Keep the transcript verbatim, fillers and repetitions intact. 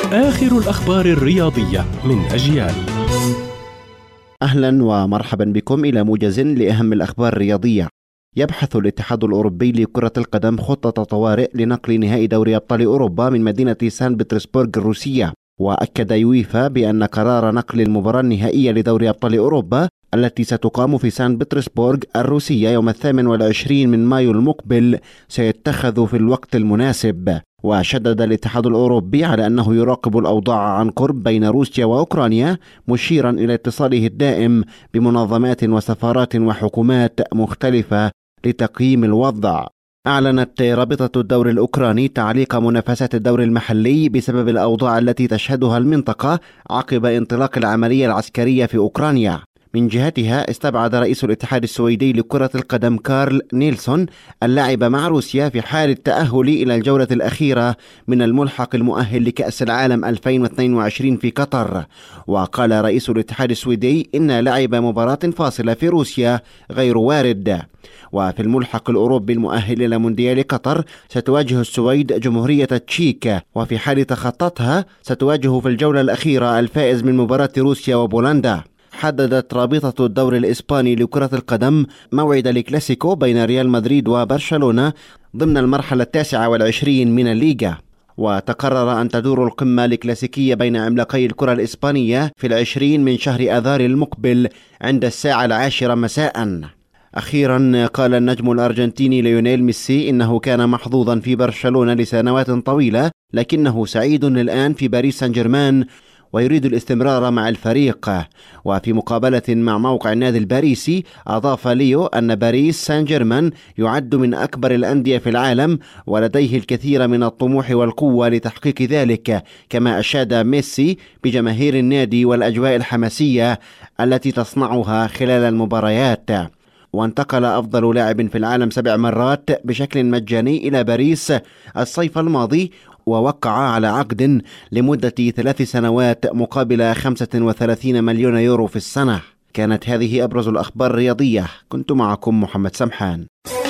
آخر الأخبار الرياضية من أجيال. أهلا ومرحبا بكم إلى موجز لأهم الأخبار الرياضية. يبحث الاتحاد الأوروبي لكرة القدم خطة طوارئ لنقل نهائي دوري أبطال أوروبا من مدينة سان بطرسبورغ الروسية. وأكد يويفا بأن قرار نقل المباراة النهائية لدوري أبطال أوروبا التي ستقام في سان بطرسبورغ الروسية يوم الثامن والعشرين من مايو المقبل سيتخذ في الوقت المناسب. وشدد الاتحاد الأوروبي على أنه يراقب الأوضاع عن قرب بين روسيا وأوكرانيا، مشيرا إلى اتصاله الدائم بمنظمات وسفارات وحكومات مختلفة لتقييم الوضع. أعلنت رابطة الدوري الأوكراني تعليق منافسات الدوري المحلي بسبب الأوضاع التي تشهدها المنطقة عقب انطلاق العملية العسكرية في أوكرانيا. من جهتها استبعد رئيس الاتحاد السويدي لكرة القدم كارل نيلسون اللعب مع روسيا في حال التأهل إلى الجولة الأخيرة من الملحق المؤهل لكأس العالم ألفين واثنين وعشرين في قطر. وقال رئيس الاتحاد السويدي إن لعب مباراة فاصلة في روسيا غير وارد. وفي الملحق الأوروبي المؤهل إلى مونديال قطر ستواجه السويد جمهورية تشيك، وفي حال تخطتها ستواجه في الجولة الأخيرة الفائز من مباراة روسيا وبولندا. حددت رابطة الدوري الإسباني لكرة القدم موعد الكلاسيكو بين ريال مدريد وبرشلونة ضمن المرحلة التاسعة والعشرين من الليغا. وتقرر أن تدور القمة الكلاسيكية بين عملاقي الكرة الإسبانية في العشرين من شهر آذار المقبل عند الساعة العاشرة مساء. أخيرا قال النجم الأرجنتيني ليونيل ميسي إنه كان محظوظا في برشلونة لسنوات طويلة، لكنه سعيد الآن في باريس سان جيرمان ويريد الاستمرار مع الفريق. وفي مقابلة مع موقع النادي الباريسي أضاف ليو أن باريس سان جيرمان يعد من أكبر الأندية في العالم ولديه الكثير من الطموح والقوة لتحقيق ذلك، كما أشاد ميسي بجماهير النادي والأجواء الحماسية التي تصنعها خلال المباريات. وانتقل أفضل لاعب في العالم سبع مرات بشكل مجاني إلى باريس الصيف الماضي، ووقع على عقد لمدة ثلاث سنوات مقابل خمسة وثلاثين مليون يورو في السنة. كانت هذه أبرز الأخبار الرياضية، كنت معكم محمد سمحان.